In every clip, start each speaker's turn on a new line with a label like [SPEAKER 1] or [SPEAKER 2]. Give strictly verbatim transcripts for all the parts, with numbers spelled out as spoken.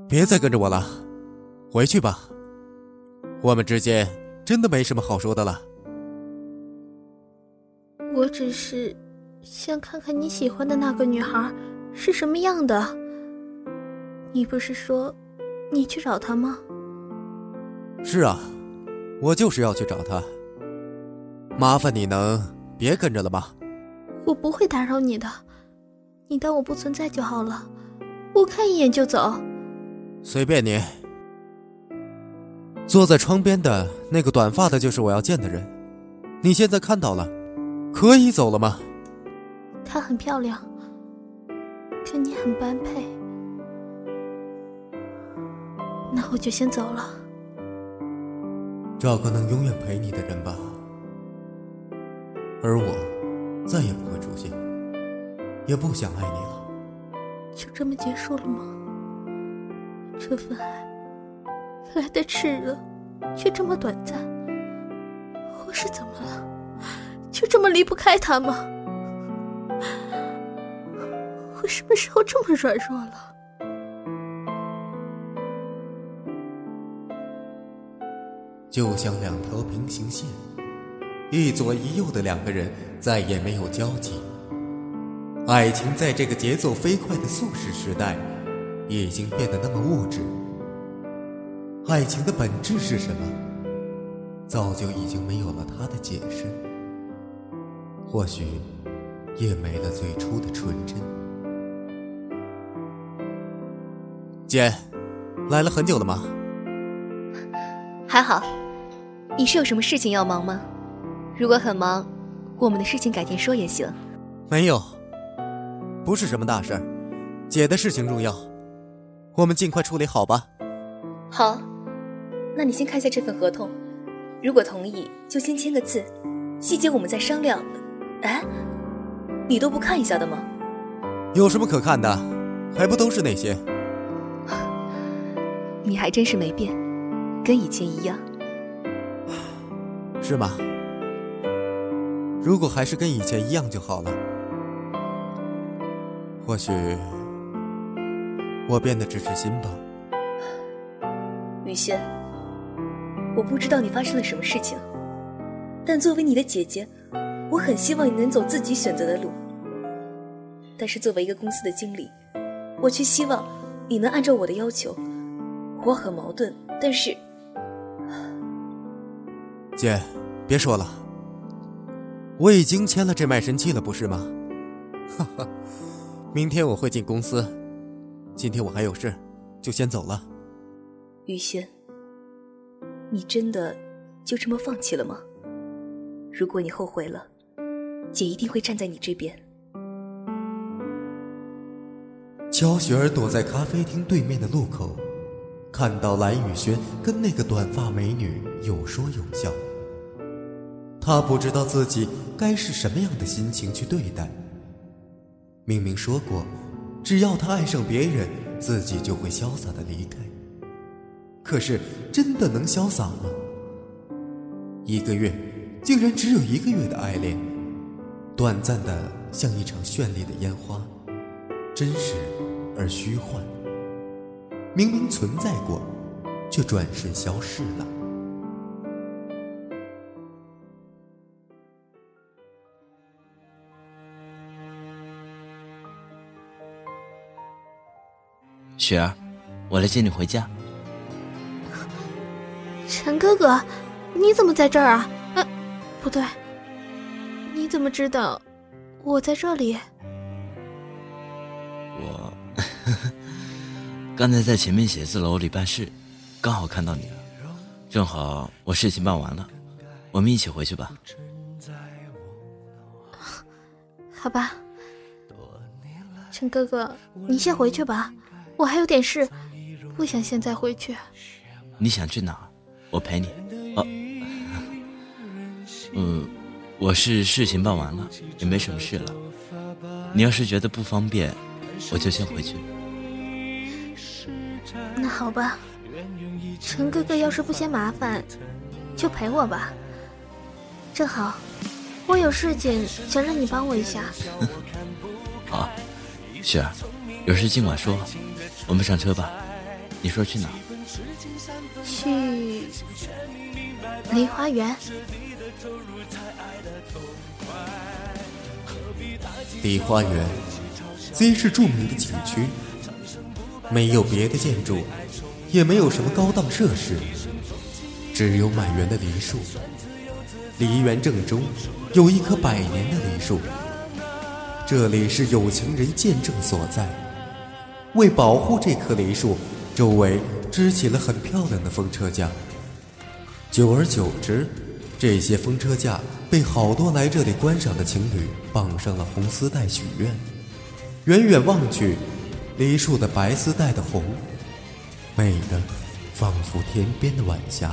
[SPEAKER 1] 别再跟着我了，回去吧。我们之间真的没什么好说的了。
[SPEAKER 2] 我只是想看看你喜欢的那个女孩是什么样的。你不是说你去找她吗？
[SPEAKER 1] 是啊，我就是要去找她。麻烦你能别跟着了吗？
[SPEAKER 2] 我不会打扰你的，你当我不存在就好了，我看一眼就走。
[SPEAKER 1] 随便你。坐在窗边的那个短发的就是我要见的人，你现在看到了，可以走了吗？
[SPEAKER 2] 她很漂亮，跟你很般配，那我就先走了。
[SPEAKER 1] 找个能永远陪你的人吧，而我再也不会出现，也不想爱你了。
[SPEAKER 2] 就这么结束了吗？这份爱来得炽热，却这么短暂。我是怎么了？就这么离不开他吗？我什么时候这么软弱了？
[SPEAKER 1] 就像两条平行线，一左一右的两个人再也没有交集。爱情在这个节奏飞快的速食时代，已经变得那么物质。爱情的本质是什么？早就已经没有了它的解释，或许也没了最初的纯真。姐，来了很久了吗？
[SPEAKER 3] 还好。你是有什么事情要忙吗？如果很忙，我们的事情改天说也行。
[SPEAKER 1] 没有，不是什么大事儿，姐的事情重要，我们尽快处理好吧。
[SPEAKER 3] 好，那你先看一下这份合同，如果同意就先签个字，细节我们再商量。哎，你都不看一下的吗？
[SPEAKER 1] 有什么可看的，还不都是那些。
[SPEAKER 3] 你还真是没变，跟以前一样。
[SPEAKER 1] 是吗？如果还是跟以前一样就好了。或许我变得只是心吧。
[SPEAKER 3] 雨轩，我不知道你发生了什么事情，但作为你的姐姐，我很希望你能走自己选择的路。但是作为一个公司的经理，我却希望你能按照我的要求。我很矛盾，但是……
[SPEAKER 1] 姐，别说了，我已经签了这卖身契了，不是吗？哈哈，明天我会进公司，今天我还有事，就先走了。
[SPEAKER 3] 于轩，你真的就这么放弃了吗？如果你后悔了，姐一定会站在你这边。
[SPEAKER 1] 乔雪儿躲在咖啡厅对面的路口，看到蓝雨轩跟那个短发美女有说有笑，他不知道自己该是什么样的心情去对待。明明说过，只要他爱上别人，自己就会潇洒的离开。可是真的能潇洒吗？一个月竟然只有一个月的爱恋，短暂的像一场绚丽的烟花，真实而虚幻。明明存在过，却转瞬消失了。
[SPEAKER 4] 雪儿，我来接你回家。
[SPEAKER 2] 陈哥哥，你怎么在这儿啊？呃，不对，你怎么知道我在这里？
[SPEAKER 4] 我刚才在前面写字楼里办事，刚好看到你了，正好我事情办完了，我们一起回去吧。
[SPEAKER 2] 好吧，陈哥哥，你先回去吧，我还有点事，不想现在回去。
[SPEAKER 4] 你想去哪儿？我陪你。哦，嗯，我是事情办完了，也没什么事了。你要是觉得不方便，我就先回去。
[SPEAKER 2] 那好吧，陈哥哥要是不嫌麻烦，就陪我吧。正好，我有事情想让你帮我一下。
[SPEAKER 4] 好，雪儿，有事尽管说，我们上车吧。 你说去哪？
[SPEAKER 2] 去梨花园。
[SPEAKER 1] 梨花园虽是著名的景区，没有别的建筑，也没有什么高档设施，只有满园的梨树。梨园正中有一棵百年的梨树，这里是有情人见证所在。为保护这棵梨树，周围支起了很漂亮的风车架。久而久之，这些风车架被好多来这里观赏的情侣绑上了红丝带许愿。远远望去，梨树的白丝带的红，美的仿佛天边的晚霞。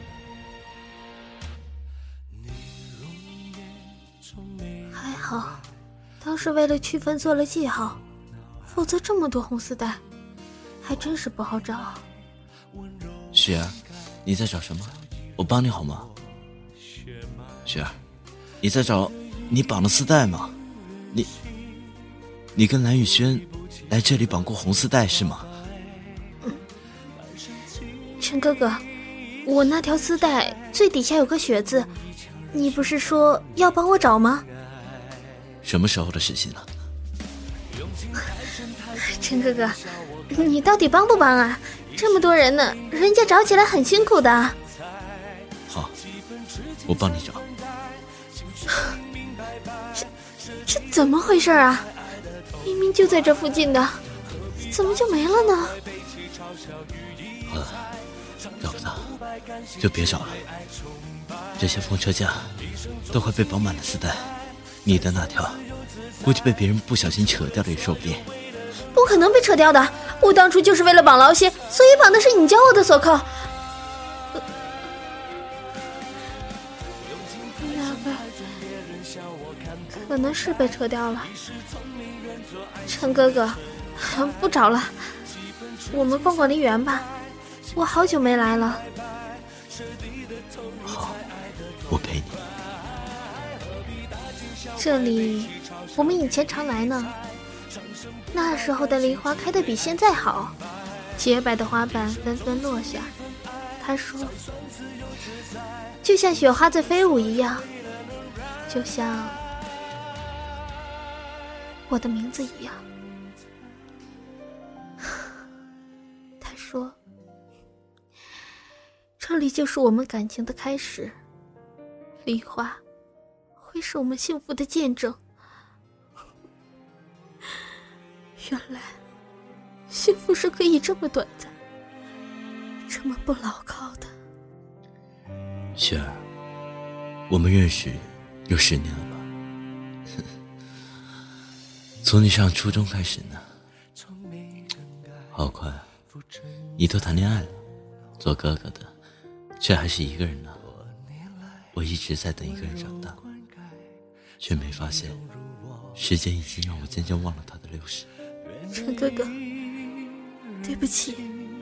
[SPEAKER 2] 还好当时为了区分做了记号，否则这么多红丝带还真是不好找。
[SPEAKER 4] 雪儿，你在找什么？我帮你好吗？雪儿，你在找你绑的丝带吗？你你跟蓝雨轩来这里绑过红丝带是吗？
[SPEAKER 2] 嗯，陈哥哥，我那条丝带最底下有个雪字，你不是说要帮我找吗？
[SPEAKER 4] 什么时候的事情了？
[SPEAKER 2] 陈哥哥，你到底帮不帮啊？这么多人呢，人家找起来很辛苦的。
[SPEAKER 4] 好，我帮你找。
[SPEAKER 2] 这这怎么回事啊？明明就在这附近的，怎么就没了呢？
[SPEAKER 4] 好了，找不到就别找了。这些风车架都快被绑满了丝带，你的那条估计被别人不小心扯掉了也说不定。
[SPEAKER 2] 不可能被扯掉的，我当初就是为了绑牢些，所以绑的是你教我的锁扣。呃、那个可能是被扯掉了。陈哥哥，不找了，我们逛逛梨园吧，我好久没来了。
[SPEAKER 4] 好，我陪你。
[SPEAKER 2] 这里我们以前常来呢，那时候的梨花开得比现在好，洁白的花瓣纷纷落下。他说，就像雪花在飞舞一样，就像我的名字一样。他说，这里就是我们感情的开始，梨花会是我们幸福的见证。原来幸福是可以这么短暂，这么不牢靠的。
[SPEAKER 4] 雪儿，我们认识有十年了吧？从你上初中开始呢。好快啊，你都谈恋爱了，做哥哥的却还是一个人呢。我一直在等一个人长大，却没发现时间已经让我渐渐忘了他的流逝。
[SPEAKER 2] 陈哥哥，对不起。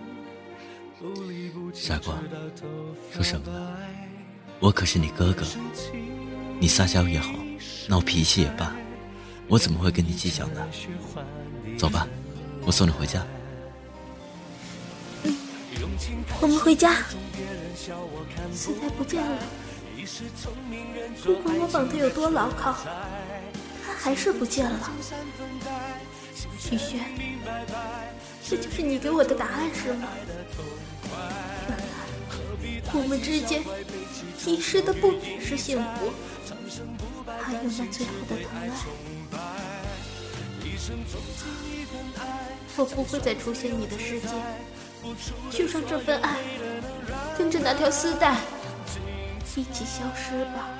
[SPEAKER 4] 傻瓜，说什么呢？我可是你哥哥，你撒娇也好，闹脾气也罢，我怎么会跟你计较呢？走吧，我送你回家。
[SPEAKER 2] 嗯，我们回家。丝带不见了，不管我绑得有多牢靠，它还是不见了。雨轩，这就是你给我的答案是吗？原来我们之间遗失的不只是幸福，还有那最后的疼爱。我不会再出现你的世界，就让这份爱跟着那条丝带一起消失吧。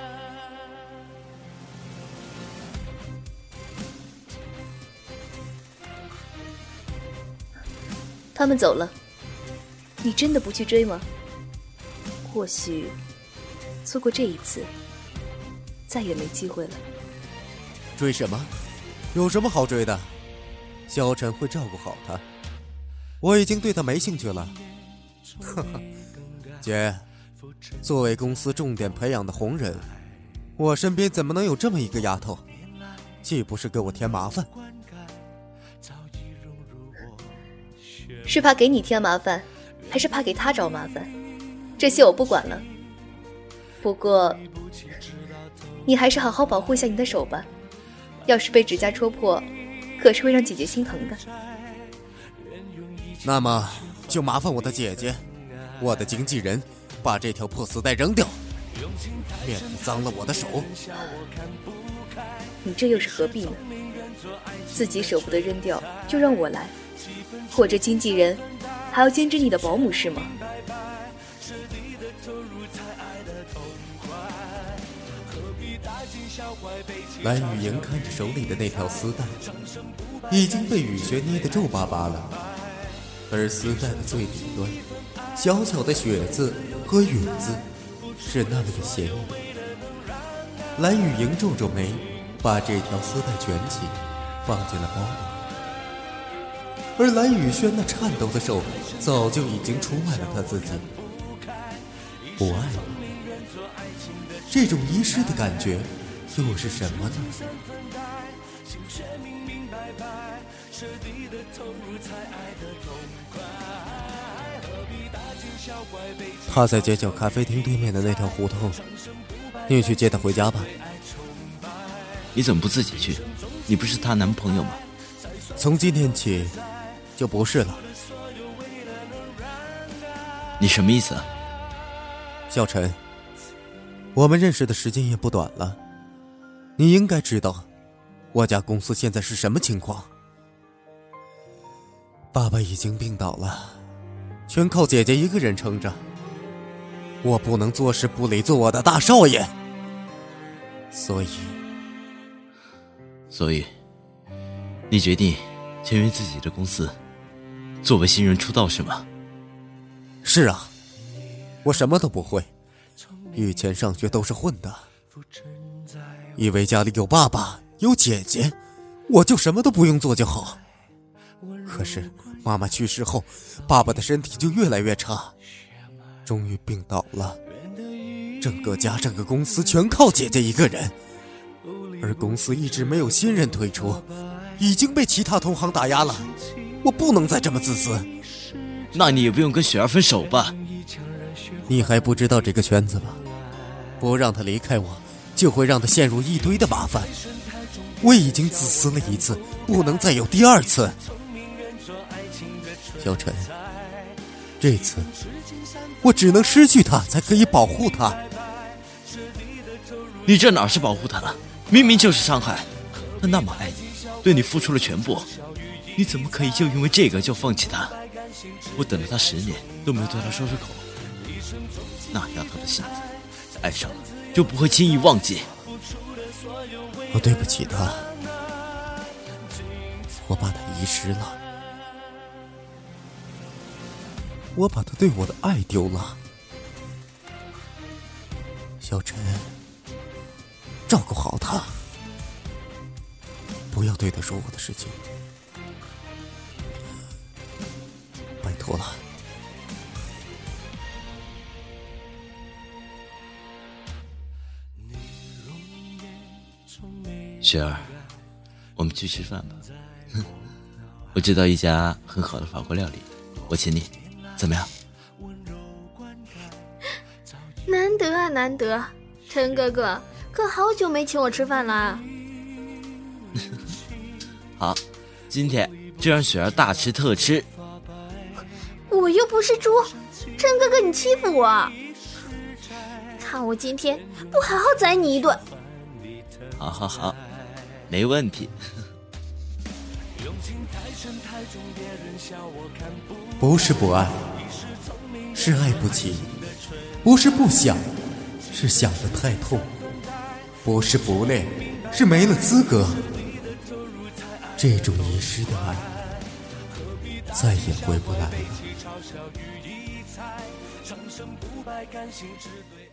[SPEAKER 3] 他们走了，你真的不去追吗？或许错过这一次，再也没机会了。
[SPEAKER 1] 追什么？有什么好追的？萧晨会照顾好他，我已经对他没兴趣了。呵呵，姐，作为公司重点培养的红人，我身边怎么能有这么一个丫头？既不是给我添麻烦。
[SPEAKER 3] 是怕给你添麻烦，还是怕给他找麻烦？这些我不管了。不过，你还是好好保护一下你的手吧。要是被指甲戳破，可是会让姐姐心疼的。
[SPEAKER 1] 那么，就麻烦我的姐姐，我的经纪人，把这条破丝带扔掉，免得脏了我的手。
[SPEAKER 3] 你这又是何必呢？自己舍不得扔掉，就让我来。或者经纪人还要兼职你的保姆是吗？
[SPEAKER 1] 蓝雨莹看着手里的那条丝带，已经被雨轩捏得皱巴巴了，而丝带的最底端，小巧的雪字和雨字是那么的显眼。蓝雨莹皱皱眉，把这条丝带卷起，放进了包里。而蓝雨轩那颤抖的手早就已经出卖了他自己。不爱了，这种遗失的感觉又是什么呢？他在街角咖啡厅对面的那条胡同，你去接他回家吧。
[SPEAKER 4] 你怎么不自己去？你不是她男朋友吗？
[SPEAKER 1] 从今天起就不是了。
[SPEAKER 4] 你什么意思啊？
[SPEAKER 1] 小陈，我们认识的时间也不短了，你应该知道我家公司现在是什么情况。爸爸已经病倒了，全靠姐姐一个人撑着，我不能坐视不理做我的大少爷。所以
[SPEAKER 4] 所以你决定签约自己的公司，作为新人出道是吗？
[SPEAKER 1] 是啊，我什么都不会，以前上学都是混的，以为家里有爸爸有姐姐，我就什么都不用做就好。可是妈妈去世后，爸爸的身体就越来越差，终于病倒了，整个家整个公司全靠姐姐一个人，而公司一直没有新人推出，已经被其他同行打压了，我不能再这么自私。
[SPEAKER 4] 那你也不用跟雪儿分手吧？
[SPEAKER 1] 你还不知道这个圈子吧？不让他离开我，就会让他陷入一堆的麻烦。我已经自私了一次，不能再有第二次。小陈，这次我只能失去他，才可以保护他。
[SPEAKER 4] 你这哪是保护他了？明明就是伤害。他那么爱你，对你付出了全部，你怎么可以就因为这个就放弃他？我等了他十年都没有对他说出口，那丫头的性子，爱上了就不会轻易忘记。
[SPEAKER 1] 我对不起他，我把他遗失了，我把他对我的爱丢了。小陈，照顾好他，不要对他说我的事情，拜托了。
[SPEAKER 4] 雪儿，我们去吃饭吧。我知道一家很好的法国料理，我请你，怎么样？
[SPEAKER 2] 难得啊，难得！陈哥哥，可好久没请我吃饭了。
[SPEAKER 4] 好，今天就让雪儿大吃特吃。
[SPEAKER 2] 我又不是猪，陈哥哥你欺负我！看我今天不好好宰你一顿！
[SPEAKER 4] 好好好，没问题。
[SPEAKER 1] 不是不爱，是爱不起；不是不想，是想得太痛；不是不恋，是没了资格。这种遗失的爱，再也回不来了。